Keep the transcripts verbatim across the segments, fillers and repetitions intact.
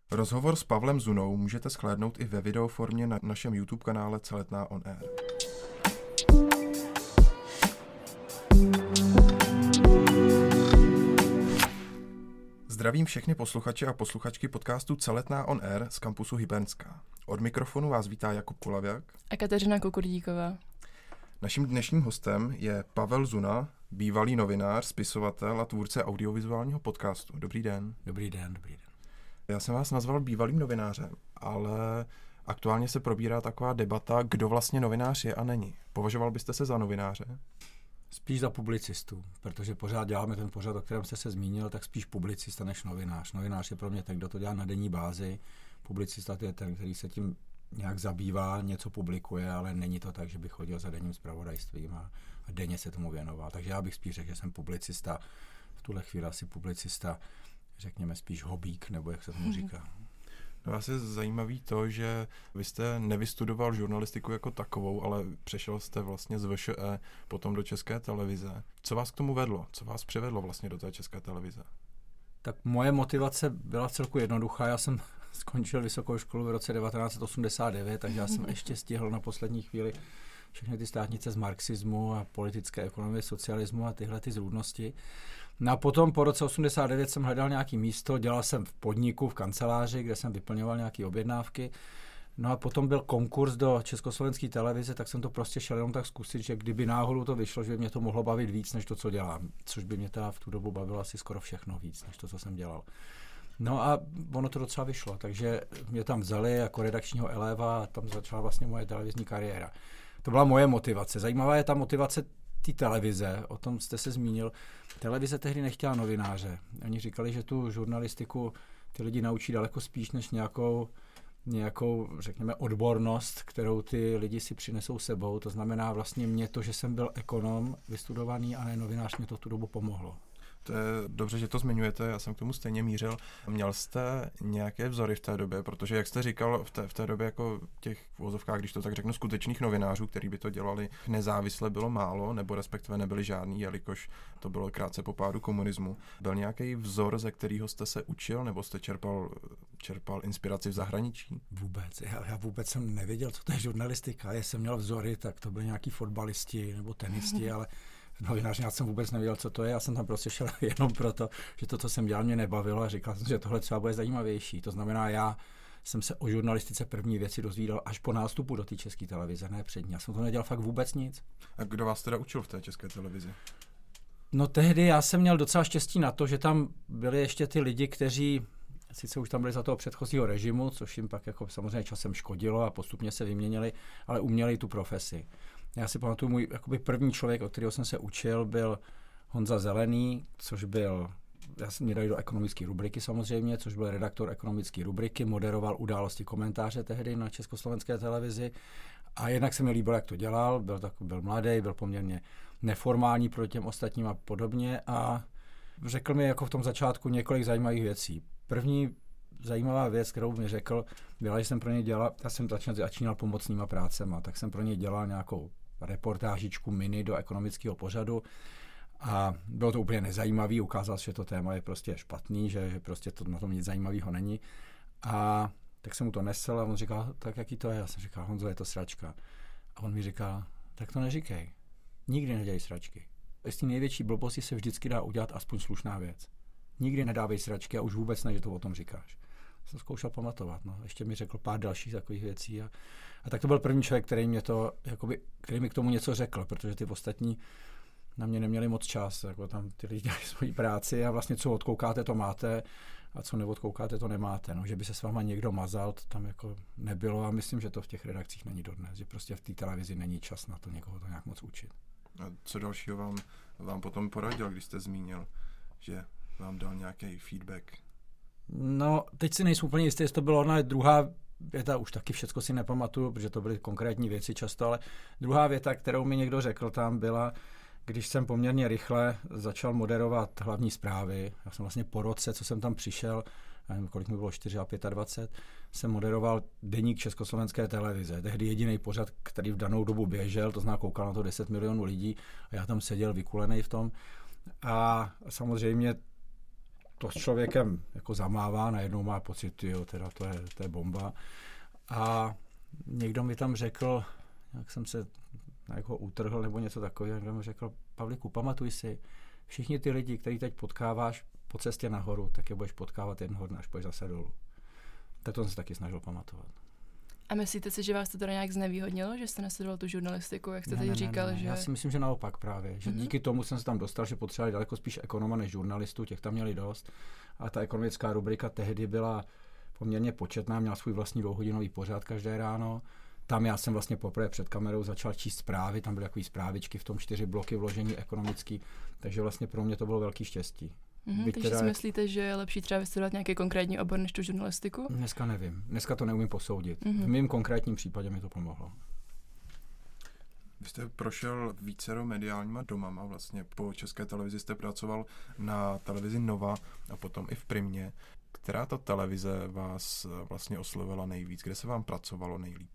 Rozhovor s Pavlem Zunou můžete shlédnout i ve videoformě na našem YouTube kanále Celetná on air. Zdravím všechny posluchače a posluchačky podcastu Celetná on air z kampusu Hybernská. Od mikrofonu vás vítá Jakub Kulavěk a Kateřina Kukurdíková. Naším dnešním hostem je Pavel Zuna, bývalý novinář, spisovatel a tvůrce audiovizuálního podcastu. Dobrý den. Dobrý den, dobrý den. Já jsem vás nazval bývalým novinářem, ale aktuálně se probírá taková debata, kdo vlastně novinář je a není. Považoval byste se za novináře? Spíš za publicistu, protože pořád děláme ten pořad, o kterém jste se zmínil, tak spíš publicista než novinář. Novinář je pro mě ten, kdo to dělá na denní bázi. Publicista je ten, který se tím nějak zabývá, něco publikuje, ale není to tak, že bych chodil za denním zpravodajstvím a, a denně se tomu věnoval. Takže já bych spíš řekl, že jsem publicista. V tuhle chvíli asi publicista, řekněme spíš hobík, nebo jak se tomu říká. No vás je zajímavý to, že vy jste nevystudoval žurnalistiku jako takovou, ale přešel jste vlastně z V Š E potom do České televize. Co vás k tomu vedlo? Co vás přivedlo vlastně do té České televize? Tak moje motivace byla celku jednoduchá. Já jsem skončil vysokou školu v roce devatenáct set osmdesát devět, takže já jsem ještě stihl na poslední chvíli všechny ty státnice z marxismu a politické ekonomie, socialismu a tyhle ty zrůdnosti. No a potom po roce osmdesát devět jsem hledal nějaký místo, dělal jsem v podniku, v kanceláři, kde jsem vyplňoval nějaké objednávky. No a potom byl konkurs do Československé televize, tak jsem to prostě šel jenom tak zkusit, že kdyby náhodou to vyšlo, že by mě to mohlo bavit víc, než to, co dělám. Což by mě teda v tu dobu bavilo asi skoro všechno víc, než to, co jsem dělal. No a ono to docela vyšlo, takže mě tam vzali jako redakčního eléva a tam začala vlastně moje televizní kariéra. To byla moje motivace. Zajímavá je ta motivace té televize, o tom jste se zmínil. Televize tehdy nechtěla novináře. Oni říkali, že tu žurnalistiku ty lidi naučí daleko spíš než nějakou, nějakou, řekněme, odbornost, kterou ty lidi si přinesou sebou. To znamená vlastně mě to, že jsem byl ekonom vystudovaný a ne novinář, mě to v tu dobu pomohlo. To je dobře, že to zmiňujete, já jsem k tomu stejně mířil. Měl jste nějaké vzory v té době, protože jak jste říkal, v té, v té době jako těch v uvozovkách, když to tak řeknu, skutečných novinářů, kteří by to dělali nezávisle, bylo málo, nebo respektive nebyli žádný, jelikož to bylo krátce po pádu komunismu. Byl nějaký vzor, ze kterého jste se učil, nebo jste čerpal, čerpal inspiraci v zahraničí? Vůbec, já, já vůbec jsem nevěděl, co to je žurnalistika. Já jsem měl vzory, tak to byli nějaký fotbalisti nebo tenisti, ale novinář, já jsem vůbec nevěděl, co to je, já jsem tam prostě šel jenom proto, že to, co jsem dělal, mě nebavilo a říkal jsem, že tohle třeba bude zajímavější. To znamená, já jsem se o žurnalistice první věci dozvídal až po nástupu do té České televize, ne přední. Já jsem to nedělal fakt vůbec nic. A kdo vás teda učil v té České televizi? No tehdy já jsem měl docela štěstí na to, že tam byli ještě ty lidi, kteří sice už tam byli za toho předchozího režimu, což jim pak jako samozřejmě časem škodilo a postupně se vyměnili, ale uměli tu profesi. Já si pamatuju, můj jakoby první člověk, od kterého jsem se učil, byl Honza Zelený, což byl, já jsem mě dali do ekonomické rubriky samozřejmě, což byl redaktor ekonomické rubriky, moderoval Události, komentáře tehdy na Československé televizi a jednak se mi líbilo, jak to dělal, byl, tak, byl mladý, byl poměrně neformální proti těm ostatním a podobně a řekl mi jako v tom začátku několik zajímavých věcí. První zajímavá věc, kterou mi řekl, byla, že jsem pro ně dělal, já jsem začínal, začínal pomocnýma prácema, tak jsem pro ně dělal nějakou reportážičku mini do ekonomického pořadu a bylo to úplně nezajímavý, ukázal se, že to téma je prostě špatný, že, že prostě to, na tom nic zajímavého není a tak jsem mu to nesl a on říkal, tak jaký to je? Já jsem říkal, Honzo, je to sračka. A on mi říkal, tak to neříkej, nikdy nedělej sračky. Z té největší blbosti se vždycky dá udělat aspoň slušná věc. Nikdy nedávej sračky a už vůbec ne, že to o tom říkáš. Jsem zkoušel pamatovat, no. Ještě mi řekl pár dalších takových věcí a, a tak to byl první člověk, který mě to, jakoby, který mi k tomu něco řekl, protože ty ostatní na mě neměli moc čas, jako tam ty lidi dělali svoji práci a vlastně co odkoukáte, to máte a co neodkoukáte, to nemáte, no. Že by se s váma někdo mazal, to tam jako nebylo a myslím, že to v těch redakcích není dodnes, že prostě v té televizi není čas na to někoho to nějak moc učit. A co dalšího vám, vám potom poradil, když jste zmínil, že vám dal nějaký feedback? No, teď si nejsem úplně jistý, jestli to bylo ona druhá věta, už taky všecko si nepamatuju, protože to byly konkrétní věci často, ale druhá věta, kterou mi někdo řekl tam byla, když jsem poměrně rychle začal moderovat hlavní zprávy, já jsem vlastně po roce, co jsem tam přišel, nevím, kolik mi bylo, dvacet čtyři, jsem moderoval deník Československé televize. Tehdy jediný pořad, který v danou dobu běžel, to znamená koukal na to deset milionů lidí a já tam seděl vykulenej v tom. A samozřejmě to s člověkem jako zamává, najednou má pocit, jo, teda to je, to je bomba. A někdo mi tam řekl, jak jsem se jako utrhl nebo něco takového, někdo mi řekl, Pavlíku, pamatuj si, všichni ty lidi, který teď potkáváš po cestě nahoru, tak je budeš potkávat jednoho dne, až půjdeš zase dolů. Tak to jsem se taky snažil pamatovat. A myslíte si, že vás to teda nějak znevýhodnilo, že jste nastudoval tu žurnalistiku, jak jste ne, teď ne, říkal, ne, ne. že... Já si myslím, že naopak právě, že mm-hmm. díky tomu jsem se tam dostal, že potřebovali daleko spíš ekonoma než žurnalistů, těch tam měli dost. A ta ekonomická rubrika tehdy byla poměrně početná, měla svůj vlastní dvouhodinový pořad každé ráno. Tam já jsem vlastně poprvé před kamerou začal číst zprávy, tam byly takové zprávičky, v tom čtyři bloky vložení ekonomický, takže vlastně pro mě to bylo velký štěstí. Mm-hmm, takže teda, si myslíte, že je lepší třeba vystudovat nějaký konkrétní obor než tu žurnalistiku? Dneska nevím. Dneska to neumím posoudit. Mm-hmm. V mém konkrétním případě mi to pomohlo. Vy jste prošel vícero mediálníma domama. Vlastně po České televizi jste pracoval na televizi Nova a potom i v Primě. Která ta televize vás vlastně oslovila nejvíc? Kde se vám pracovalo nejlíp?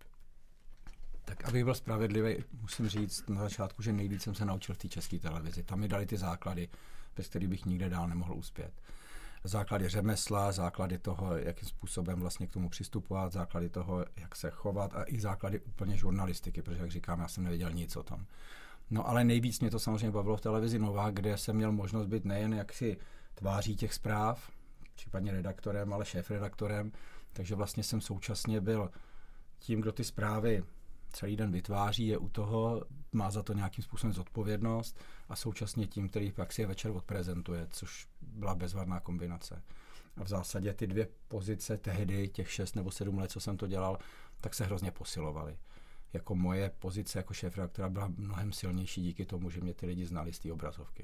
Tak abych byl spravedlivý, musím říct na začátku, že nejvíc jsem se naučil v té České televizi. Tam mi dali ty základy, bez kterých bych nikde dál nemohl uspět. Základy řemesla, základy toho, jakým způsobem vlastně k tomu přistupovat, základy toho, jak se chovat a i základy úplně žurnalistiky, protože, jak říkám, já jsem nevěděl nic o tom. No ale nejvíc mě to samozřejmě bavilo v televizi Nova, kde jsem měl možnost být nejen jaksi tváří těch zpráv, případně redaktorem, ale šéfredaktorem, takže vlastně jsem současně byl tím, kdo ty zprávy celý den vytváří, je u toho, má za to nějakým způsobem zodpovědnost a současně tím, který pak si je večer odprezentuje, což byla bezvadná kombinace. A v zásadě ty dvě pozice tehdy, těch šest nebo sedm let, co jsem to dělal, tak se hrozně posilovaly. Jako moje pozice jako šéfredaktora byla mnohem silnější díky tomu, že mě ty lidi znali z té obrazovky.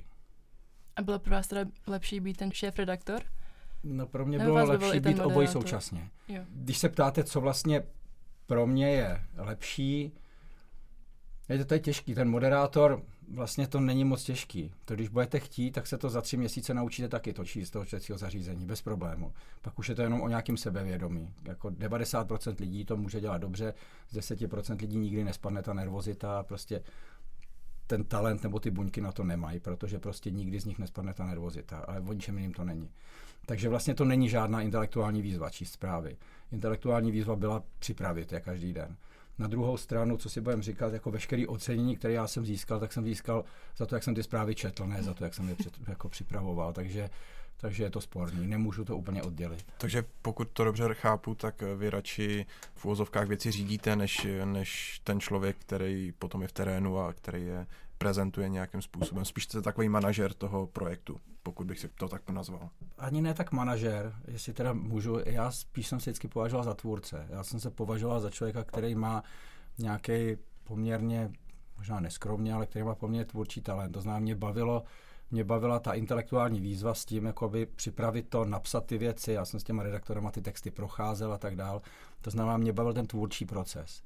A bylo pro vás teda lepší být ten šéfredaktor? No pro mě bylo lepší být obojí současně. Jo. Když se ptáte, co vlastně pro mě je lepší, je to, to je těžký. Ten moderátor, vlastně to není moc těžký. To, když budete chtít, tak se to za tři měsíce naučíte taky točit z toho čtecího zařízení, bez problému. Pak už je to jenom o nějakém sebevědomí. Jako devadesát procent lidí to může dělat dobře, z deset procent lidí nikdy nespadne ta nervozita, prostě ten talent nebo ty buňky na to nemají, protože prostě nikdy z nich nespadne ta nervozita, ale o ničem jiným to není. Takže vlastně to není žádná intelektuální výzva číst zprávy. Intelektuální výzva byla připravit je každý den. Na druhou stranu, co si budeme říkat, jako veškerý ocenění, které já jsem získal, tak jsem získal za to, jak jsem ty zprávy četl, ne za to, jak jsem je před, jako připravoval. Takže, takže je to sporný, nemůžu to úplně oddělit. Takže pokud to dobře chápu, tak vy radši v uvozovkách věci řídíte, než, než ten člověk, který potom je v terénu a který je prezentuje nějakým způsobem. Spíš jste takový manažer toho projektu, pokud bych si to tak nazval. Ani ne tak manažer, jestli teda můžu, já spíš jsem se vždycky považoval za tvůrce. Já jsem se považoval za člověka, který má nějaký poměrně, možná neskromně, ale který má poměrně tvůrčí talent. To znamená, mě bavilo, mě bavila ta intelektuální výzva s tím, jakoby připravit to, napsat ty věci. Já jsem s těma redaktorama ty texty procházel a tak dál. To znamená, mě bavil ten tvůrčí proces.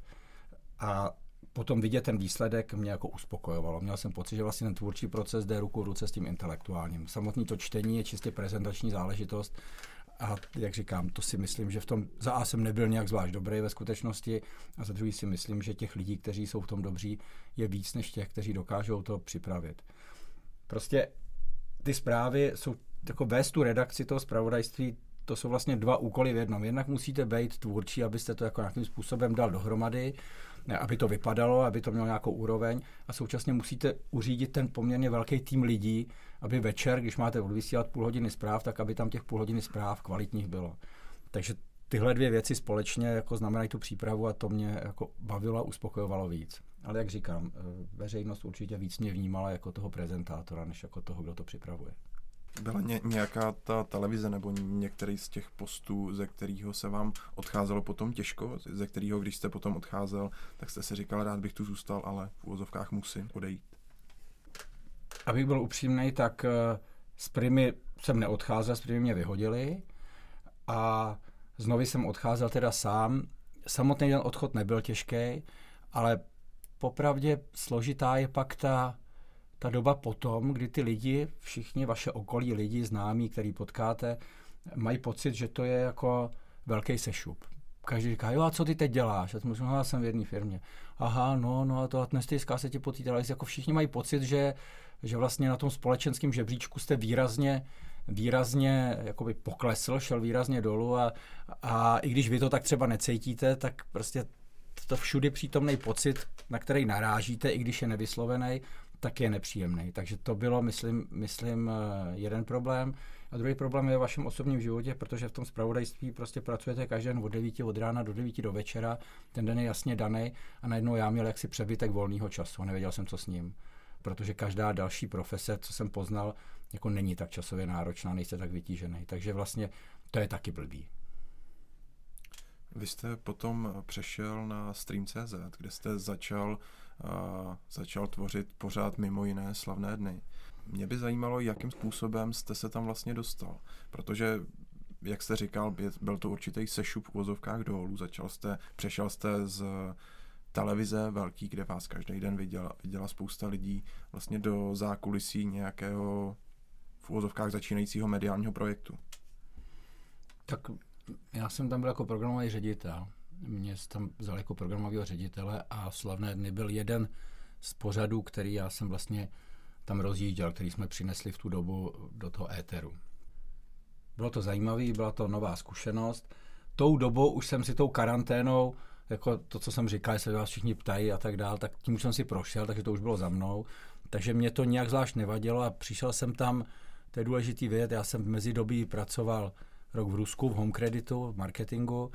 A potom vidět ten výsledek mě jako uspokojovalo. Měl jsem pocit, že vlastně ten tvůrčí proces jde ruku v ruce s tím intelektuálním. Samotný to čtení je čistě prezentační záležitost a jak říkám, to si myslím, že v tom za A jsem nebyl nějak zvlášť dobrý ve skutečnosti a za druhý si myslím, že těch lidí, kteří jsou v tom dobří, je víc než těch, kteří dokážou to připravit. Prostě ty zprávy jsou, jako vést tu redakci toho zpravodajství, to jsou vlastně dva úkoly v jednom. Jednak musíte být tvůrčí, abyste to jako nějakým způsobem dal dohromady, ne, aby to vypadalo, aby to mělo nějakou úroveň a současně musíte uřídit ten poměrně velký tým lidí, aby večer, když máte odvysílat půl hodiny zpráv, tak aby tam těch půl hodiny zpráv kvalitních bylo. Takže tyhle dvě věci společně jako znamenají tu přípravu a to mě jako bavilo a uspokojovalo víc. Ale jak říkám, veřejnost určitě víc mě vnímala jako toho prezentátora, než jako toho, kdo to připravuje. Byla ně, nějaká ta televize nebo některý z těch postů, ze kterého se vám odcházelo potom těžko, ze kterého, když jste potom odcházel, tak jste si říkal, rád bych tu zůstal, ale v uvozovkách musím odejít? Abych byl upřímnej, tak z Primy jsem neodcházel, z Primy mě vyhodili a znovu jsem odcházel teda sám. Samotný den odchod nebyl těžký, ale popravdě složitá je pak ta Ta doba potom, kdy ty lidi, všichni vaše okolí lidi, známí, který potkáte, mají pocit, že to je jako velký sešup. Každý říká, jo, a co ty teď děláš? Já jsem říkal, no, já jsem v jedné firmě. Aha, no, no a to dneska se ti potýtali. Jako všichni mají pocit, že, že vlastně na tom společenském žebříčku jste výrazně, výrazně jakoby poklesl, šel výrazně dolů a, a i když vy to tak třeba necítíte, tak prostě to všudy přítomný pocit, na který narážíte, i když je nevyslovený, tak je nepříjemný. Takže to bylo, myslím, myslím, jeden problém. A druhý problém je v vašem osobním životě, protože v tom zpravodajství prostě pracujete každý den od devíti od rána do devíti do večera, ten den je jasně daný a najednou já měl jaksi přebytek volného času a nevěděl jsem, co s ním. Protože každá další profese, co jsem poznal, jako není tak časově náročná, nejste tak vytížený. Takže vlastně to je taky blbý. Vy jste potom přešel na Stream tečka cé zet, kde jste začal, uh, začal tvořit pořád mimo jiné Slavné dny. Mě by zajímalo, jakým způsobem jste se tam vlastně dostal, protože, jak jste říkal, byl to určitý sešup v uvozovkách dolů, začal jste, přešel jste z televize velký, kde vás každý den viděla, viděla spousta lidí, vlastně do zákulisí nějakého v uvozovkách začínajícího mediálního projektu. Tak já jsem tam byl jako programový ředitel. Mě tam vzal jako programového ředitele a Slavné dny byl jeden z pořadů, který já jsem vlastně tam rozjížděl, který jsme přinesli v tu dobu do toho éteru. Bylo to zajímavé, byla to nová zkušenost. Tou dobou už jsem si tou karanténou, jako to, co jsem říkal, se vás všichni ptají a tak dál, tak tím už jsem si prošel, takže to už bylo za mnou. Takže mě to nějak zvlášť nevadilo a přišel jsem tam, to je důležitý vědět, já jsem v mezidobí pracoval rok v Rusku, v home creditu, v marketingu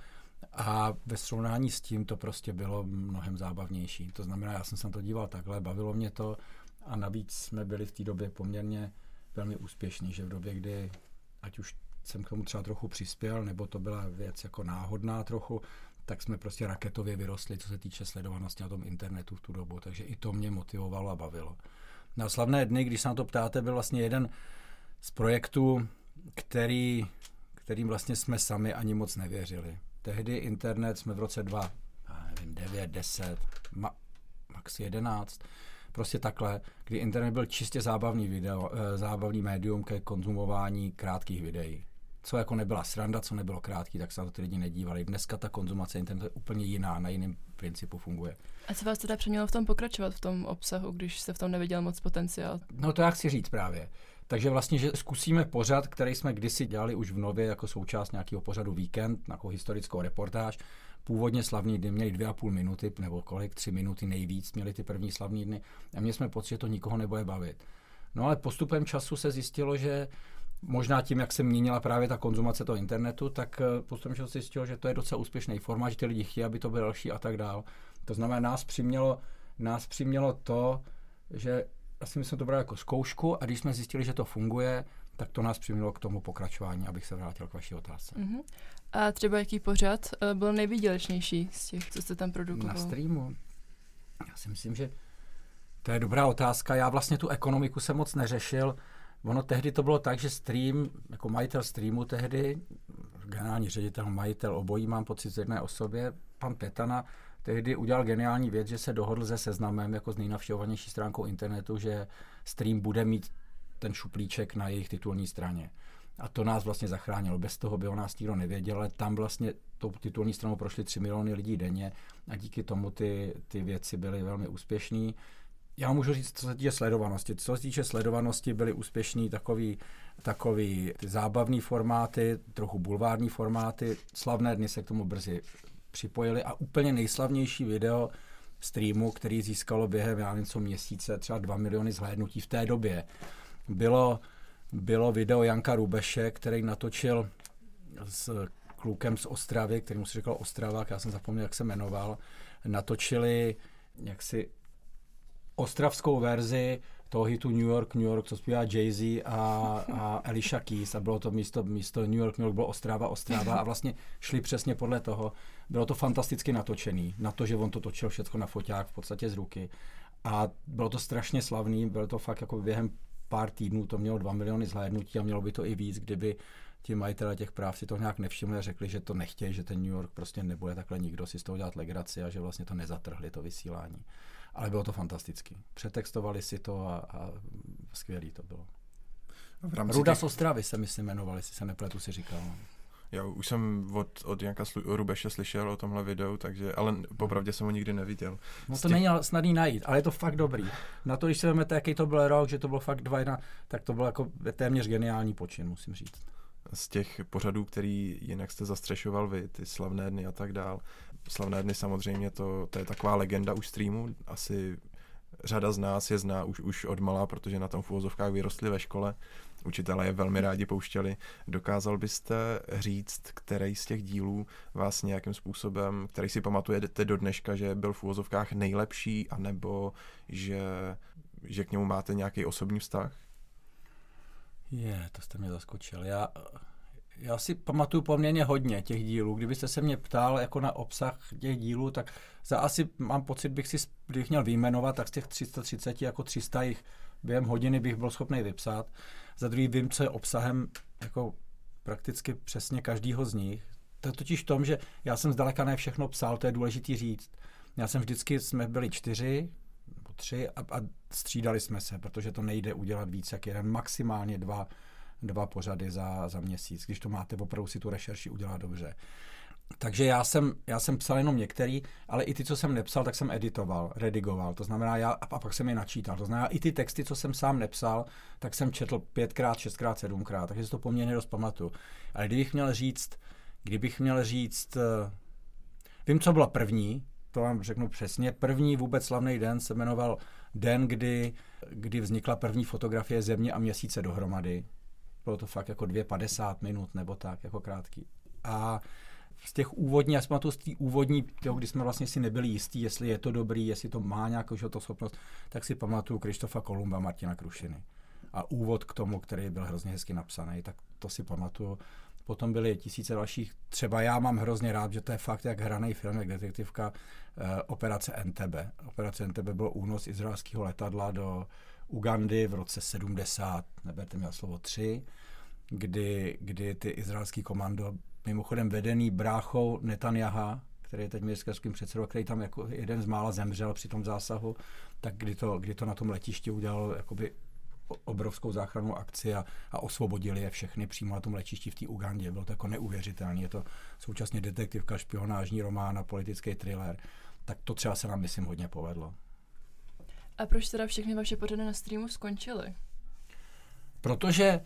a ve srovnání s tím to prostě bylo mnohem zábavnější. To znamená, já jsem se na to díval takhle, bavilo mě to a navíc jsme byli v té době poměrně velmi úspěšní, že v době, kdy ať už jsem k tomu třeba trochu přispěl, nebo to byla věc jako náhodná trochu, tak jsme prostě raketově vyrostli, co se týče sledovanosti na tom internetu v tu dobu, takže i to mě motivovalo a bavilo. Na Slavné dny, když se na to ptáte, byl vlastně jeden z projektů, který, kterým vlastně jsme sami ani moc nevěřili. Tehdy internet jsme v roce dva, nevím, devět, deset, ma, max jedenáct, prostě takhle, kdy internet byl čistě zábavný video, zábavný médium ke konzumování krátkých videí. Co jako nebyla sranda, co nebylo krátký, tak se na to ty lidi nedívali. Dneska ta konzumace internetu je úplně jiná, na jiném principu funguje. A co vás teda přemělo v tom pokračovat, v tom obsahu, když jste v tom neviděl moc potenciál? No to já chci říct právě. Takže vlastně, že zkusíme pořad, který jsme kdysi dělali už v Nově jako součást nějakého pořadu Víkend, jako historickou reportáž. Původně Slavní dny měli dvě a půl minuty, nebo kolik, tři minuty nejvíc měli ty první Slavní dny. A měli jsme pocit, že to nikoho nebude bavit. No ale postupem času se zjistilo, že možná tím, jak se měnila právě ta konzumace toho internetu, tak postupem času se zjistilo, že to je docela úspěšný formát, že ty lidi chtějí, aby to bylo další a tak dál. To znamená, nás přimělo, nás přimělo to, že asi my jsme to brali jako zkoušku a když jsme zjistili, že to funguje, tak to nás přimělo k tomu pokračování, abych se vrátil k vaší otázce. Uh-huh. A třeba jaký pořad byl nejvýdělečnější z těch, co jste tam produkoval? Na streamu? Já si myslím, že to je dobrá otázka. Já vlastně tu ekonomiku jsem moc neřešil. Ono tehdy to bylo tak, že stream, jako majitel streamu tehdy, generální ředitel, majitel, obojí mám pocit z jedné osobě, pan Petana, tehdy udělal geniální věc, že se dohodl se Seznamem jako s nejnavštěvovanější stránkou internetu, že stream bude mít ten šuplíček na jejich titulní straně. A to nás vlastně zachránilo. Bez toho by o nás nikdo nevěděl, ale tam vlastně tou titulní stranou prošly tři miliony lidí denně a díky tomu ty, ty věci byly velmi úspěšný. Já můžu říct, co se týče sledovanosti. Co se týče sledovanosti, byly úspěšný takový, takový ty zábavný formáty, trochu bulvární formáty. Slavné dny se k tomu brzy připojili a úplně nejslavnější video streamu, který získalo během, já nevím co, měsíce, třeba dva miliony zhlédnutí v té době, bylo, bylo video Janka Rubeše, který natočil s klukem z Ostravy, který mu se říkal Ostravák, já jsem zapomněl, jak se jmenoval, natočili jaksi ostravskou verzi toho hitu New York, New York, co zpívá Jay-Z a, a Alicia Keys a bylo to místo, místo New York, New York bylo Ostrava, Ostrava a vlastně šli přesně podle toho. Bylo to fantasticky natočený, na to, že on to točil všechno na foťák v podstatě z ruky a bylo to strašně slavný, bylo to fakt jako během pár týdnů, to mělo dva miliony zhlédnutí a mělo by to i víc, kdyby ti majitelé těch práv si to nějak nevšimli a řekli, že to nechtějí, že ten New York prostě nebude takhle nikdo si z toho dělat legraci a že vlastně to nezatrhli to vysílání. Ale bylo to fantastický. Přetextovali si to a, a skvělý to bylo. Ruda těch... z Ostravy se myslím jmenovali, si se nepletu, si říkal. Já už jsem od, od Janka Slu- Rubeše slyšel o tomhle videu, takže, ale popravdě jsem ho nikdy neviděl. No to těch... není snadný najít, ale je to fakt dobrý. Na to, když si vezmete, jaký to byl rok, že to bylo fakt dva jedna, tak to byl jako téměř geniální počin, musím říct. Z těch pořadů, který jinak jste zastřešoval vy, ty slavné dny a tak dál. Slavné dny samozřejmě, to, to je taková legenda už streamu, asi řada z nás je zná už, už od malá, protože na tom v uvozovkách vyrostli ve škole. Učitelé je velmi rádi pouštěli. Dokázal byste říct, který z těch dílů vás nějakým způsobem, který si pamatujete do dneška, že byl v uvozovkách nejlepší, anebo že, že k němu máte nějaký osobní vztah? Je, to jste mě zaskočil. Já, já si pamatuju poměrně hodně těch dílů. Kdybyste se mě ptal jako na obsah těch dílů, tak za asi mám pocit, bych si bych měl vyjmenovat, tak z těch tři sta třicet jako tři sta jich během hodiny bych byl schopný vypsat. Za druhý vím, co je obsahem jako prakticky přesně každýho z nich. To je totiž v tom, že já jsem zdaleka ne všechno psal, to je důležitý říct. Já jsem vždycky, jsme byli čtyři nebo tři a, a střídali jsme se, protože to nejde udělat víc jak jeden, maximálně dva, dva pořady za, za měsíc, když to máte opravdu si tu rešerši udělat dobře. Takže já jsem, já jsem psal jenom některý, ale i ty, co jsem nepsal, tak jsem editoval, redigoval. To znamená, já, a pak jsem je načítal. To znamená, i ty texty, co jsem sám nepsal, tak jsem četl pětkrát, šestkrát, sedmkrát, takže si to poměrně dost pamatuju. Ale kdybych měl říct, kdybych měl říct, vím, co byla první, to vám řeknu přesně. První vůbec slavný den se jmenoval den, kdy, kdy vznikla první fotografie Země a Měsíce dohromady. Bylo to fakt jako dvě padesát minut nebo tak, jako krátký. A z těch úvodní, já si pamatuju z té úvodní, toho, kdy jsme vlastně si nebyli jistí, jestli je to dobrý, jestli to má nějakou životoschopnost, tak si pamatuju Krištofa Kolumba, Martina Krušiny. A úvod k tomu, který byl hrozně hezky napsaný, tak to si pamatuju. Potom byly tisíce dalších, třeba já mám hrozně rád, že to je fakt jak hraný film, jak detektivka, eh, Operace Entebbe. Operace Entebbe byl únos izraelského letadla do Ugandy v roce sedmdesát, neberte mě slovo tři, kdy, kdy ty izraelský komando, mimochodem vedený bráchou Netanjaha, který je teď ministerským předsedou, který tam jako jeden z mála zemřel při tom zásahu, tak kdy to, kdy to na tom letišti udělal jakoby obrovskou záchrannou akci a, a osvobodili je všechny přímo na tom letišti v té Ugandě. Bylo to jako neuvěřitelné. Je to současně detektivka, špionážní román a politický thriller. Tak to třeba se nám, myslím, hodně povedlo. A proč teda všechny vaše pořady na streamu skončily? Protože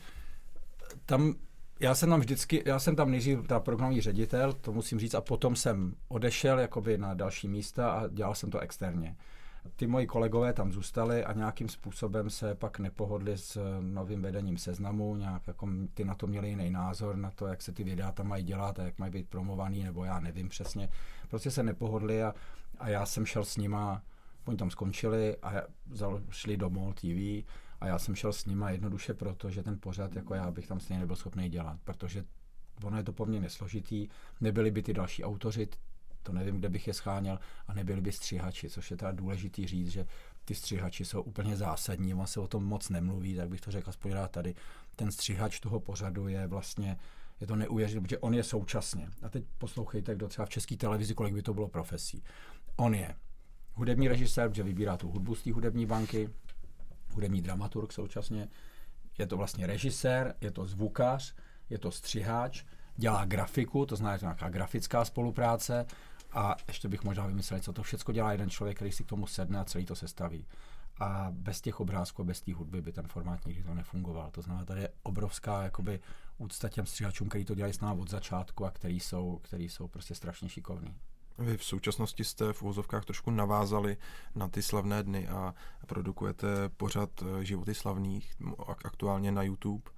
tam, já jsem tam vždycky, já jsem tam nejdřív ta programový ředitel, to musím říct, a potom jsem odešel jakoby na další místa a dělal jsem to externě. Ty moji kolegové tam zůstali a nějakým způsobem se pak nepohodli s novým vedením Seznamu, nějak jako ty na to měli jiný názor, na to, jak se ty videa tam mají dělat a jak mají být promovaný, nebo já nevím přesně. Prostě se nepohodli a, a já jsem šel s nima, oni tam skončili a šli do MOL T V a já jsem šel s nima jednoduše proto, že ten pořad jako já bych tam stejně nebyl schopný dělat, protože ono je to poměrně složitý, nebyli by ty další autoři, to nevím, kde bych je scháněl, a nebyli by střihači, což je teda důležitý říct, že ty střihači jsou úplně zásadní, on se o tom moc nemluví, tak bych to řekl aspoň rád tady. Ten střihač toho pořadu je vlastně, je to neuvěřitelné, protože on je současně. A teď poslouchejte, kdo třeba v České televizi, kolik by to bylo profesí. On je hudební režisér, protože vybírá tu hudbu z té hudební banky, hudební dramaturg současně, je to vlastně režisér, je to zvukař, je to střihač, dělá grafiku, to znamená, že nějaká grafická spolupráce, a ještě bych možná vymyslel, co to všechno dělá jeden člověk, který si k tomu sedne a celý to sestaví. A bez těch obrázků, bez té hudby by ten formát nikdy to nefungoval. To znamená, tady je obrovská jakoby úcta těm střihačům, který to dělají s námi od začátku a který jsou, který jsou prostě strašně šikovní. Vy v současnosti jste v uvozovkách trošku navázali na ty slavné dny a produkujete pořad Životy slavných aktuálně na YouTube.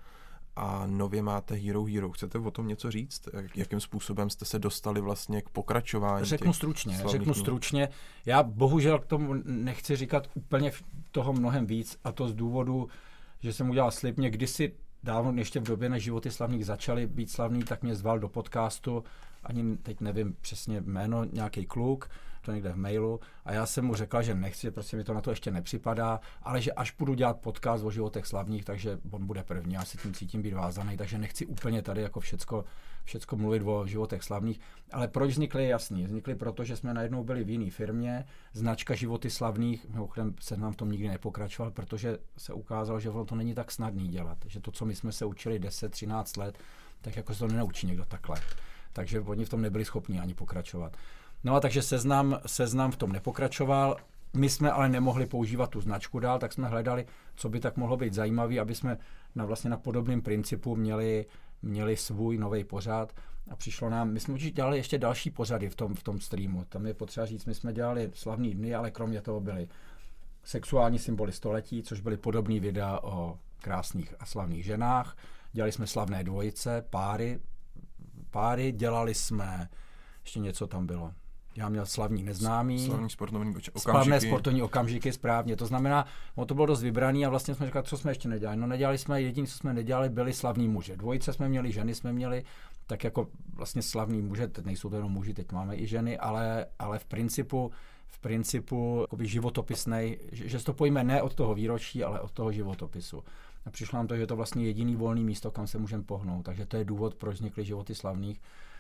A nově máte Hero Hero. Chcete o tom něco říct? Jak, jakým způsobem jste se dostali vlastně k pokračování? Řeknu stručně, řeknu stručně. Já bohužel k tomu nechci říkat úplně toho mnohem víc, a to z důvodu, že jsem udělal slib. Mě kdysi dávno, ještě v době, než Životy slavných začaly být slavný, tak mě zval do podcastu, ani teď nevím přesně jméno, nějaký kluk, to někde v mailu, a já jsem mu řekla, že nechci, prostě mi to na to ještě nepřipadá, ale že až budu dělat podcast o životech slavných, takže on bude první, já si tím cítím být vázaný, takže nechci úplně tady jako všecko, všecko mluvit o životech slavných, ale proč vznikly, je jasný, vznikly proto, že jsme najednou byli v jiné firmě, značka Životy slavných, mimochodem se nám v tom nikdy nepokračoval, protože se ukázalo, že to není tak snadný dělat, že to, co my jsme se učili deset třináct let, tak jako se to nenaučí někdo takhle. Takže oni v tom nebyli schopni ani pokračovat. No a takže seznam, seznam v tom nepokračoval. My jsme ale nemohli používat tu značku dál, tak jsme hledali, co by tak mohlo být zajímavé, aby jsme na, vlastně na podobném principu měli, měli svůj nový pořad. A přišlo nám, my jsme už dělali ještě další pořady v tom, v tom streamu. Tam je potřeba říct, my jsme dělali slavný dny, ale kromě toho byly sexuální symboly století, což byly podobný videa o krásných a slavných ženách. Dělali jsme slavné dvojice, páry, páry, dělali jsme, ještě něco tam bylo. Já měl slavní neznámý. Slavní sportovní okamžiky. Slavné sportovní okamžiky, správně. To znamená, no to bylo dost vybraný a vlastně jsme říkali, co jsme ještě nedělali. No nedělali jsme, jediné, co jsme nedělali, byli slavní muže. Dvojice jsme měli, ženy jsme měli, tak jako vlastně slavní muže, teď nejsou to jenom muži, teď máme i ženy, ale, ale v principu, v principu životopisnej, že, že to pojme ne od toho výročí, ale od toho životopisu. A přišlo nám to, že je to vlastně jediný volný místo, kam se můžeme pohnout. Takže to je důvod, proč vznikly životy slavných.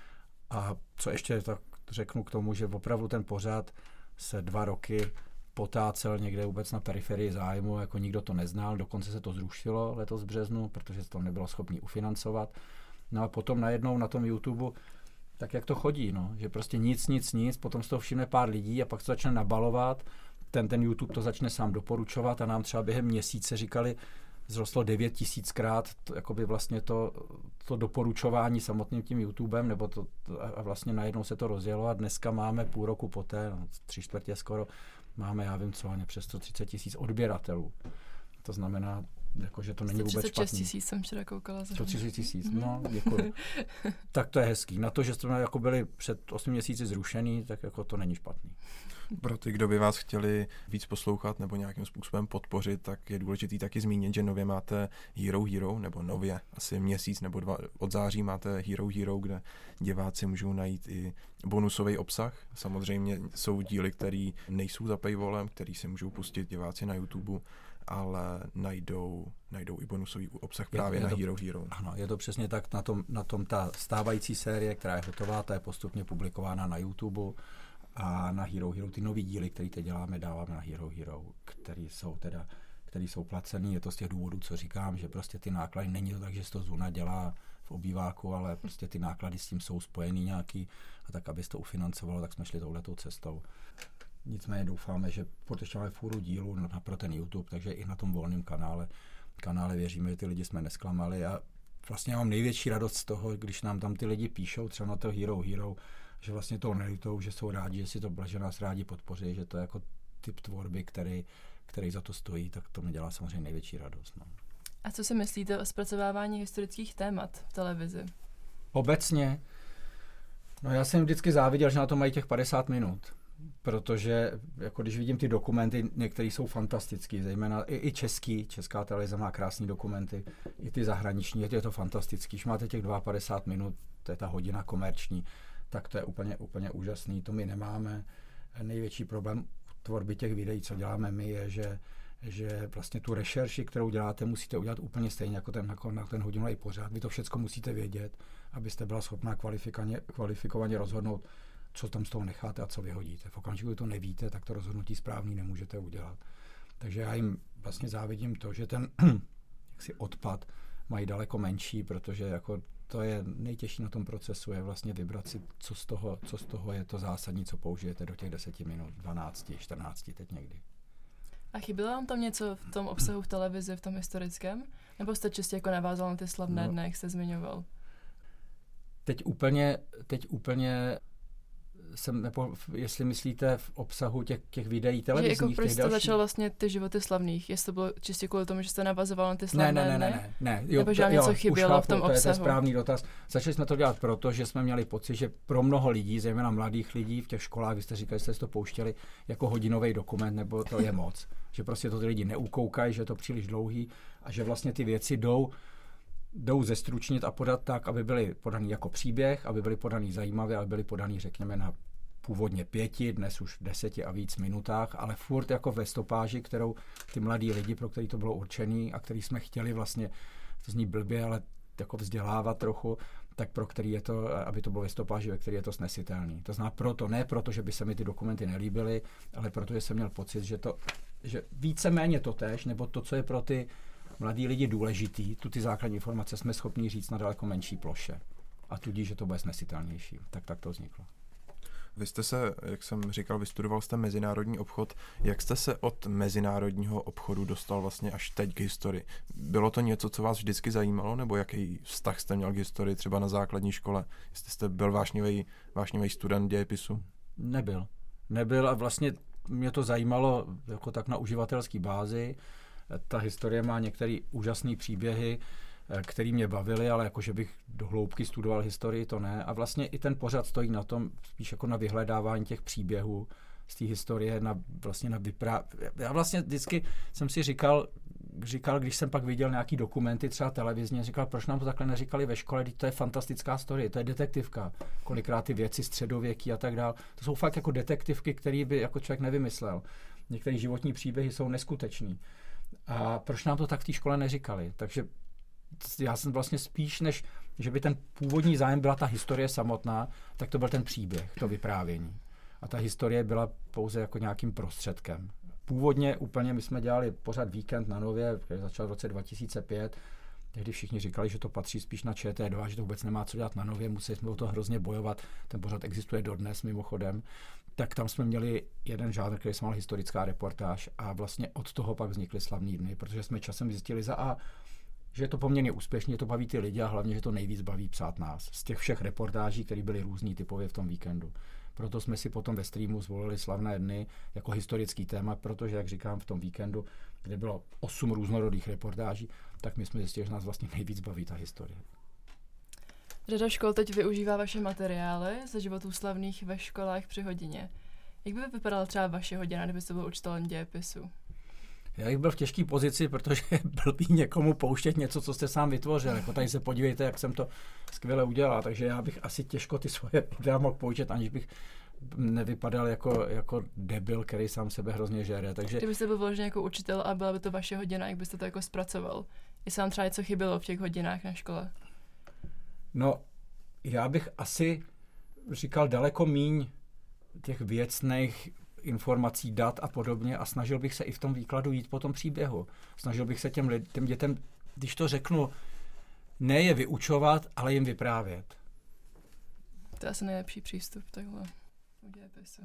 A co ještě tak řeknu k tomu, že opravdu ten pořad se dva roky potácel někde vůbec na periferii zájmu, jako nikdo to neznal, dokonce se to zrušilo letos v březnu, protože se to nebylo schopný ufinancovat. No a potom najednou na tom YouTube, tak jak to chodí, no, že prostě nic, nic, nic, potom z toho všimne pár lidí a pak to začne nabalovat, ten, ten YouTube to začne sám doporučovat a nám třeba během měsíce říkali, zrostlo devět tisíckrát to, jakoby vlastně to, to doporučování samotným tím YouTubem, nebo to, to, a vlastně najednou se to rozjelo a dneska máme půl roku poté, no, tři čtvrtě skoro, máme, já vím co, ani přes sto třicet tisíc odběratelů. To znamená, jako, že to není vůbec špatný. sto třicet šest tisíc jsem včera koukala. sto třicet tisíc, no, děkuji. Tak to je hezký. Na to, že jsme jako byli před osmi měsíci zrušený, tak jako to není špatný. Pro ty, kdo by vás chtěli víc poslouchat nebo nějakým způsobem podpořit, tak je důležitý taky zmínit, že nově máte Hero Hero, nebo nově asi měsíc nebo dva od září máte Hero Hero, kde diváci můžou najít i bonusový obsah. Samozřejmě jsou díly, které nejsou za paywallem, který si můžou pustit diváci na YouTube, ale najdou, najdou i bonusový obsah právě je, je na to, Hero Hero. Ano, je to přesně tak, na tom, na tom ta stávající série, která je hotová, ta je postupně publikována na YouTube a na Hero Hero ty nový díly, které teď děláme, dáváme na Hero Hero, který jsou teda, který jsou placený. Je to z těch důvodů, co říkám, že prostě ty náklady, není to tak, že se to Zuna dělá v obýváku, ale prostě ty náklady s tím jsou spojený nějaký a tak, aby se to ufinancovalo, tak jsme šli touhletou cestou. Nicméně doufáme, že protože máme fůru dílu na, pro ten YouTube, takže i na tom volném kanále, kanále věříme, že ty lidi jsme nesklamali a vlastně já mám největší radost z toho, když nám tam ty lidi píšou, třeba na to Hero Hero, že vlastně toho nelitou, že jsou rádi, že si to, že nás rádi podpoří, že to je jako typ tvorby, který, který za to stojí, tak to mi dělá samozřejmě největší radost. No. A co si myslíte o zpracovávání historických témat v televizi? Obecně, no já jsem vždycky záviděl, že na to mají těch padesát minut. Protože jako když vidím ty dokumenty, některé jsou fantastický, zejména i, i český, česká televize má krásné dokumenty, i ty zahraniční, je to fantastický. Když máte těch padesát dvou minut, to je ta hodina komerční, tak to je úplně, úplně úžasný, to my nemáme. Největší problém tvorby těch videí, co děláme my, je, že, že vlastně tu rešerši, kterou děláte, musíte udělat úplně stejně jako ten, jako na ten hodinový pořad. Vy to všechno musíte vědět, abyste byla schopná kvalifikovaně, kvalifikovaně rozhodnout, co tam z toho necháte a co vyhodíte. V okamžiku, kdy to nevíte, tak to rozhodnutí správný nemůžete udělat. Takže já jim vlastně závidím to, že ten jaksi odpad mají daleko menší, protože jako to je nejtěžší na tom procesu, je vlastně vybrat si, co z toho, co z toho je to zásadní, co použijete do těch deseti minut, dvanácti, čtrnácti teď někdy. A chybělo vám tam něco v tom obsahu v televizi, v tom historickém? Nebo jste čistě jako navázal na ty slavné no, dny, jak jste zmiňoval? Teď úplně, teď úplně jsem nepo, jestli myslíte v obsahu těch, těch videí televizních, že jako proč těch jste dalších... začal vlastně ty životy slavných? Jestli to bylo čistě kvůli tomu, že jste navazoval na ty slavné ne, ne, ne, dny? ne, ne, ne. Jo, nebo že vám jo, něco chybělo chápu, v tom to obsahu? Je, to je správný dotaz. Začali jsme to dělat proto, že jsme měli pocit, že pro mnoho lidí, zejména mladých lidí v těch školách, vy jste říkali, že jste to pouštěli jako hodinový dokument, nebo to je moc. Že prostě to ty lidi neukoukají, že je to příliš dlouhý a že vlastně ty věci jdou jdou zestručnit a podat tak, aby byly podaný jako příběh, aby byly podaný zajímavě, aby byly podaný, řekněme, na původně pěti, dnes už deseti a víc minutách, ale furt jako ve stopáži, kterou ty mladí lidi, pro který to bylo určený a který jsme chtěli vlastně, to zní blbě, ale jako vzdělávat trochu, tak pro který je to, aby to bylo ve stopáži, ve který je to snesitelný. To znamená proto, ne proto, že by se mi ty dokumenty nelíbily, ale proto, že jsem měl pocit, že to, že víceméně to též, nebo to, co je pro ty mladí lidi důležitý, tu ty základní informace jsme schopni říct na daleko menší ploše. A tudíž, že to bude snesitelnější. Tak tak to vzniklo. Vy jste se, jak jsem říkal, vystudoval jste mezinárodní obchod. Jak jste se od mezinárodního obchodu dostal vlastně až teď k historii? Bylo to něco, co vás vždycky zajímalo, nebo jaký vztah jste měl k historii třeba na základní škole? Jestli jste byl vášnivý, vášnivý student dějepisu? Nebyl. Nebyl a vlastně mě to zajímalo jako tak na uživatelské bázi. Ta historie má některé úžasné příběhy, který mě bavili, ale jakože bych do hloubky studoval historii, to ne. A vlastně i ten pořad stojí na tom, spíš jako na vyhledávání těch příběhů z té historie, na vlastně na vyprá... Já vlastně vždycky jsem si říkal, říkal, když jsem pak viděl nějaký dokumenty, třeba televizně, říkal, proč nám to takhle neříkali ve škole, to je fantastická historie, to je detektivka. Kolikrát ty věci středověký a tak dál. To jsou fakt jako detektivky, které by jako člověk nevymyslel. Některé životní příběhy jsou neskutečný. A proč nám to tak v té škole neříkali? Takže já jsem vlastně spíš, než že by ten původní zájem byla ta historie samotná, tak to byl ten příběh, to vyprávění. A ta historie byla pouze jako nějakým prostředkem. Původně úplně my jsme dělali pořád Víkend na Nově, který začal v roce dva tisíce pět. Tehdy všichni říkali, že to patří spíš na Č T dva, že to vůbec nemá co dělat na Nově, museli jsme o to hrozně bojovat. Ten pořád existuje dodnes mimochodem. Tak tam jsme měli jeden žánr, který se jmenoval historická reportáž a vlastně od toho pak vznikly Slavný dny, protože jsme časem zjistili za A, že je to poměrně úspěšně, to baví ty lidi a hlavně, že to nejvíc baví psát nás. Z těch všech reportáží, které byly různý typově v tom víkendu. Proto jsme si potom ve streamu zvolili Slavné dny jako historický téma, protože, jak říkám, v tom víkendu, kde bylo osm různorodých reportáží, tak my jsme zjistili, že nás vlastně nejvíc baví ta historie. Řada škol teď využívá vaše materiály ze životů slavných ve školách při hodině. Jak by vypadala třeba vaše hodina, kdybyste byl učitelem dějepisu? Já bych byl v těžké pozici, protože blbý někomu pouštět něco, co jste sám vytvořil. Jako tady se podívejte, jak jsem to skvěle udělal. Takže já bych asi těžko ty svoje videa mohl pouštět, aniž bych nevypadal jako, jako debil, který sám sebe hrozně žere. Takže... Kdybyste byl vložený jako učitel a byla by to vaše hodina, jak byste to jako zpracoval? Jestli vám třeba něco chybělo v těch hodinách na škole? No, já bych asi říkal daleko míň těch věcných informací, dat a podobně a snažil bych se i v tom výkladu jít po tom příběhu. Snažil bych se těm, lid, těm dětem, když to řeknu, ne je vyučovat, ale jim vyprávět. To je asi nejlepší přístup takhle u dějepisu.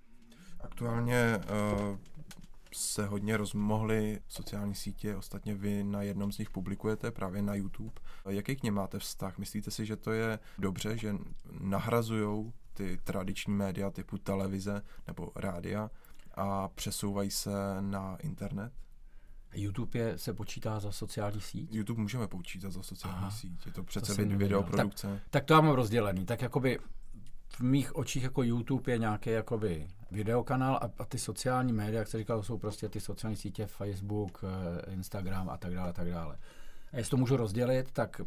Aktuálně uh, se hodně rozmohly sociální sítě, ostatně vy na jednom z nich publikujete právě na YouTube. Jaký k něm máte vztah? Myslíte si, že to je dobře, že nahrazujou ty tradiční média typu televize nebo rádia a přesouvají se na internet? YouTube je, se počítá za sociální síť? YouTube můžeme počítat za sociální Aha, síť. Je to přece to videoprodukce. Tak, tak to já mám rozdělený. Tak jakoby v mých očích jako YouTube je nějaký jakoby videokanál a, a ty sociální média, jak se říkal, jsou prostě ty sociální sítě, Facebook, Instagram a tak dále, a tak dále. A jestli to můžu rozdělit, tak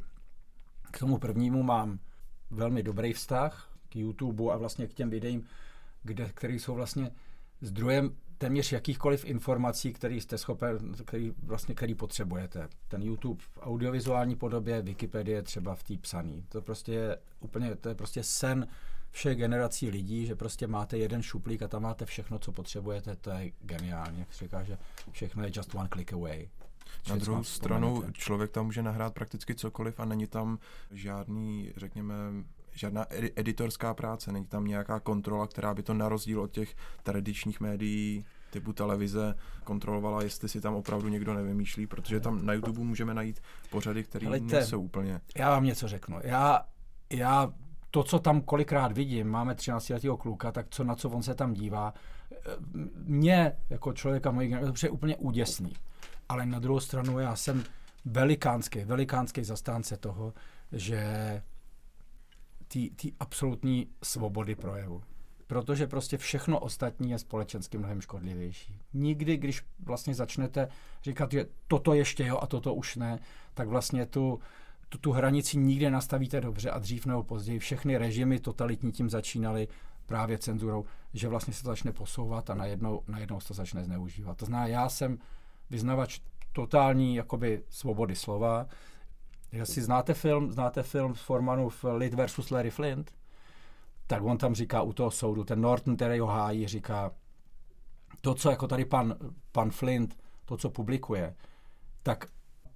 k tomu prvnímu mám velmi dobrý vztah k YouTube a vlastně k těm videím, kde, které jsou vlastně zdrojem téměř jakýchkoliv informací, který jste schopen, který vlastně který potřebujete. Ten YouTube v audiovizuální podobě, Wikipedie třeba v té psaný. To prostě je úplně, to je prostě sen všech generací lidí, že prostě máte jeden šuplík a tam máte všechno, co potřebujete, to je geniálně. Jak se říká, že všechno je just one click away. Na druhou stranu člověk tam může nahrát prakticky cokoliv a není tam žádný, řekněme, žádná editorská práce, není tam nějaká kontrola, která by to na rozdíl od těch tradičních médií typu televize kontrolovala, jestli si tam opravdu někdo nevymýšlí, protože tam na YouTube můžeme najít pořady, které nejsou úplně. Já vám něco řeknu. Já, já to, co tam kolikrát vidím, máme třináctiletého kluka, tak co, na co on se tam dívá, mě jako člověka mojí generace je úplně úděsný. Ale na druhou stranu já jsem velikánský, velikánský zastánce toho, že ty absolutní svobody projevu. Protože prostě všechno ostatní je společensky mnohem škodlivější. Nikdy, když vlastně začnete říkat, že toto ještě jo a toto už ne, tak vlastně tu, tu, tu hranici nikdy nastavíte dobře a dřív nebo později. Všechny režimy totalitní tím začínaly právě cenzurou, že vlastně se to začne posouvat a najednou, najednou se to začne zneužívat. To znamená, já jsem vyznavač totální jakoby svobody slova. Jestli znáte film, znáte film Formanův Lid versus Larry Flint, tak on tam říká u toho soudu, ten Norton, který ho hájí, říká, to, co jako tady pan, pan Flint, to, co publikuje, tak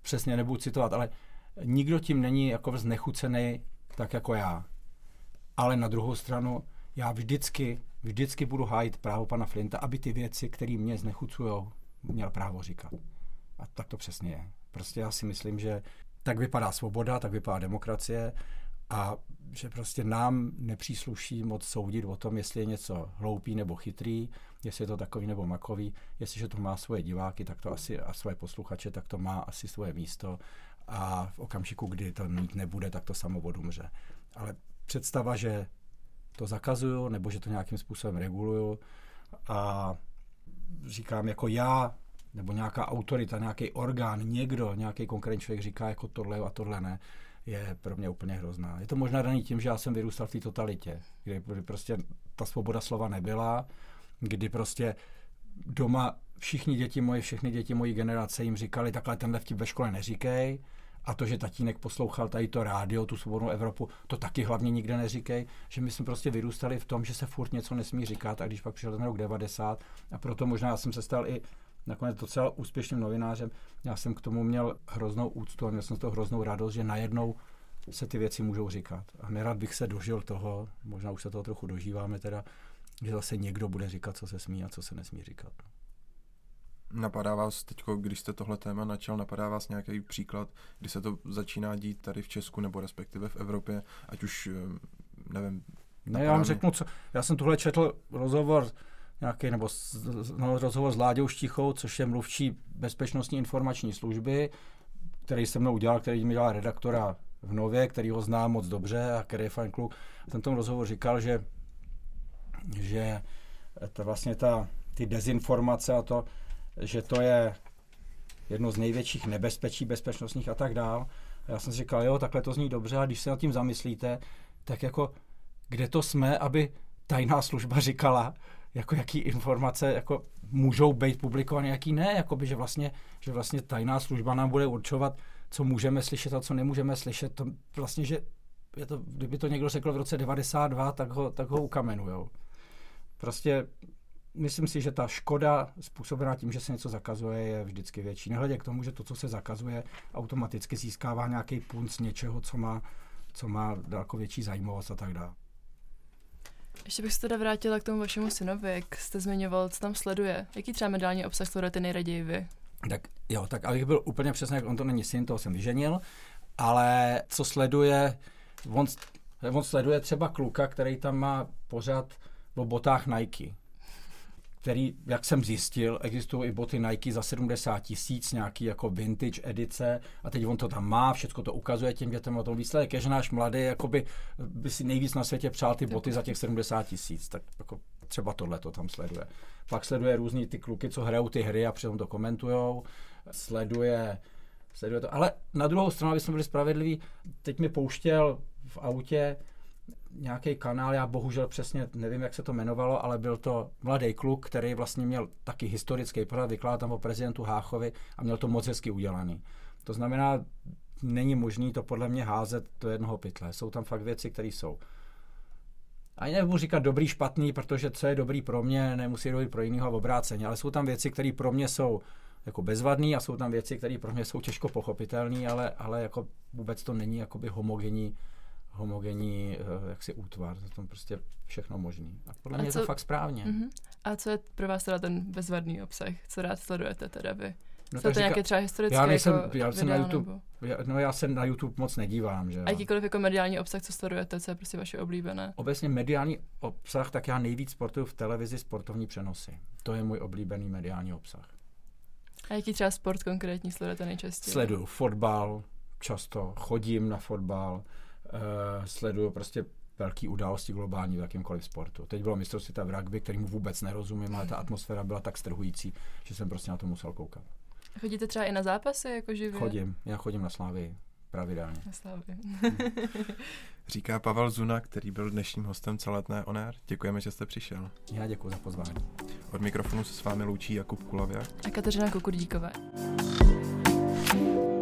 přesně nebudu citovat, ale nikdo tím není jako znechucený tak jako já. Ale na druhou stranu já vždycky, vždycky budu hájit právo pana Flinta, aby ty věci, které mě znechucujou, měl právo říkat. A tak to přesně je. Prostě já si myslím, že tak vypadá svoboda, tak vypadá demokracie a že prostě nám nepřísluší moc soudit o tom, jestli je něco hloupý nebo chytrý, jestli je to takový nebo makový, jestliže to má svoje diváky, tak to asi a svoje posluchače, tak to má asi svoje místo a v okamžiku, kdy to mít nebude, tak to samo odumře. Ale představa, že to zakazuju, nebo že to nějakým způsobem reguluju a říkám jako já, nebo nějaká autorita, nějaký orgán, někdo, nějaký konkrétní člověk říká jako tohle a tohle ne, je pro mě úplně hrozná. Je to možná daný tím, že já jsem vyrůstal v té totalitě, kdy prostě ta svoboda slova nebyla, kdy prostě doma všichni děti moje, všechny děti mojí generace jim říkali, takhle tenhle vtip ve škole neříkej, a to, že tatínek poslouchal tady to rádio, tu Svobodnou Evropu, to taky hlavně nikde neříkej, že my jsme prostě vyrůstali v tom, že se furt něco nesmí říkat a když pak přišel ten rok devadesát a proto možná já jsem se stal i nakonec docela úspěšným novinářem, já jsem k tomu měl hroznou úctu a měl jsem z toho hroznou radost, že najednou se ty věci můžou říkat. A nerad bych se dožil toho, možná už se toho trochu dožíváme teda, že zase někdo bude říkat, co se smí a co se nesmí říkat. Napadá vás teď, když jste tohle téma načal, napadá vás nějaký příklad, kdy se to začíná dít tady v Česku nebo respektive v Evropě, ať už, nevím... Ne, já vám řeknu, co... Já jsem tuhle četl rozhovor nějaký, nebo no, rozhovor s Láďou Štichou, což je mluvčí Bezpečnostní informační služby, který se mnou udělal, který mi dělal redaktora v Nově, který ho znám moc dobře a který je fajn kluk. Ten tom rozhovor říkal, že, že to vlastně ta, ty dezinformace a to, že to je jedno z největších nebezpečí bezpečnostních a tak dál. A já jsem si říkal, jo, takhle to zní dobře, a když se nad tím zamyslíte, tak jako kde to jsme, aby tajná služba říkala, jako jaký informace jako můžou být publikované, jaký ne, jakoby, že vlastně, že vlastně tajná služba nám bude určovat, co můžeme slyšet a co nemůžeme slyšet. To vlastně, že je to, kdyby to někdo řekl v roce devadesát dva, tak ho, tak ho ukamenujou. Prostě myslím si, že ta škoda způsobená tím, že se něco zakazuje, je vždycky větší. Nehledě k tomu, že to, co se zakazuje, automaticky získává nějaký punc něčeho, co má, co má daleko větší zajímavost a tak dále. Ještě bych se teda vrátila k tomu vašemu synovi, jak jste zmiňoval, co tam sleduje. Jaký třeba mediální obsah sledujete nejraději vy? Tak jo, tak abych byl úplně přesný, jak on to není syn, toho jsem vyženil, ale co sleduje, on, on sleduje třeba kluka, který tam má pořád o botách Nike, který, jak jsem zjistil, existují i boty Nike za sedmdesát tisíc, nějaký jako vintage edice a teď on to tam má, všecko to ukazuje těm dětem o tom výsledek, je, že náš mladý jakoby, by si nejvíc na světě přál ty boty za těch sedmdesát tisíc, tak jako třeba tohle to tam sleduje. Pak sleduje různý ty kluky, co hrajou ty hry a přitom to komentujou, sleduje, sleduje to, ale na druhou stranu, aby jsme byli spravedliví, teď mi pouštěl v autě nějaký kanál, já bohužel přesně nevím, jak se to jmenovalo, ale byl to mladý kluk, který vlastně měl taky historický pořad, vykládal tam o prezidentu Háchovi a měl to moc hezky udělaný. To znamená, není možný to podle mě házet do jednoho pytle. Jsou tam fakt věci, které jsou. A nebudu říkat dobrý, špatný, protože co je dobrý pro mě, nemusí dobrý pro jiného a obráceně, ale jsou tam věci, které pro mě jsou jako bezvadný a jsou tam věci, které pro mě jsou těžko pochopitelné, ale, ale jako vůbec to není jakoby homogenní homogenní jaksi útvar, to je prostě všechno možný. A podle a mě co, je to fakt správně. Uh-huh. A co je pro vás teda ten bezvadný obsah? Co rád sledujete teda vy? No Jsou to nějaké třeba historické já nejsem, jako já jsem videa, na YouTube, nebo? já, no já se na YouTube moc nedívám. Že a jakýkoliv jako mediální obsah, co sledujete, co je prostě vaše oblíbené? Obecně mediální obsah, tak já nejvíc sportuju v televizi sportovní přenosy. To je můj oblíbený mediální obsah. A jaký třeba sport konkrétní sledujete nejčastěji? Sleduju fotbal, často chodím na fotbal, Uh, sleduju prostě velké události globální v jakýmkoliv sportu. Teď bylo mistrovství světa v rugby, kterému vůbec nerozumím, ale ta atmosféra byla tak strhující, že jsem prostě na to musel koukat. Chodíte třeba i na zápasy jako živě? Chodím, já chodím na Slavii pravidelně. Na Slavii. Říká Pavel Zuna, který byl dnešním hostem Celetné on air. Děkujeme, že jste přišel. Já děkuji za pozvání. Od mikrofonu se s vámi loučí Jakub Kulavěk a Kateřina Kukurdíková.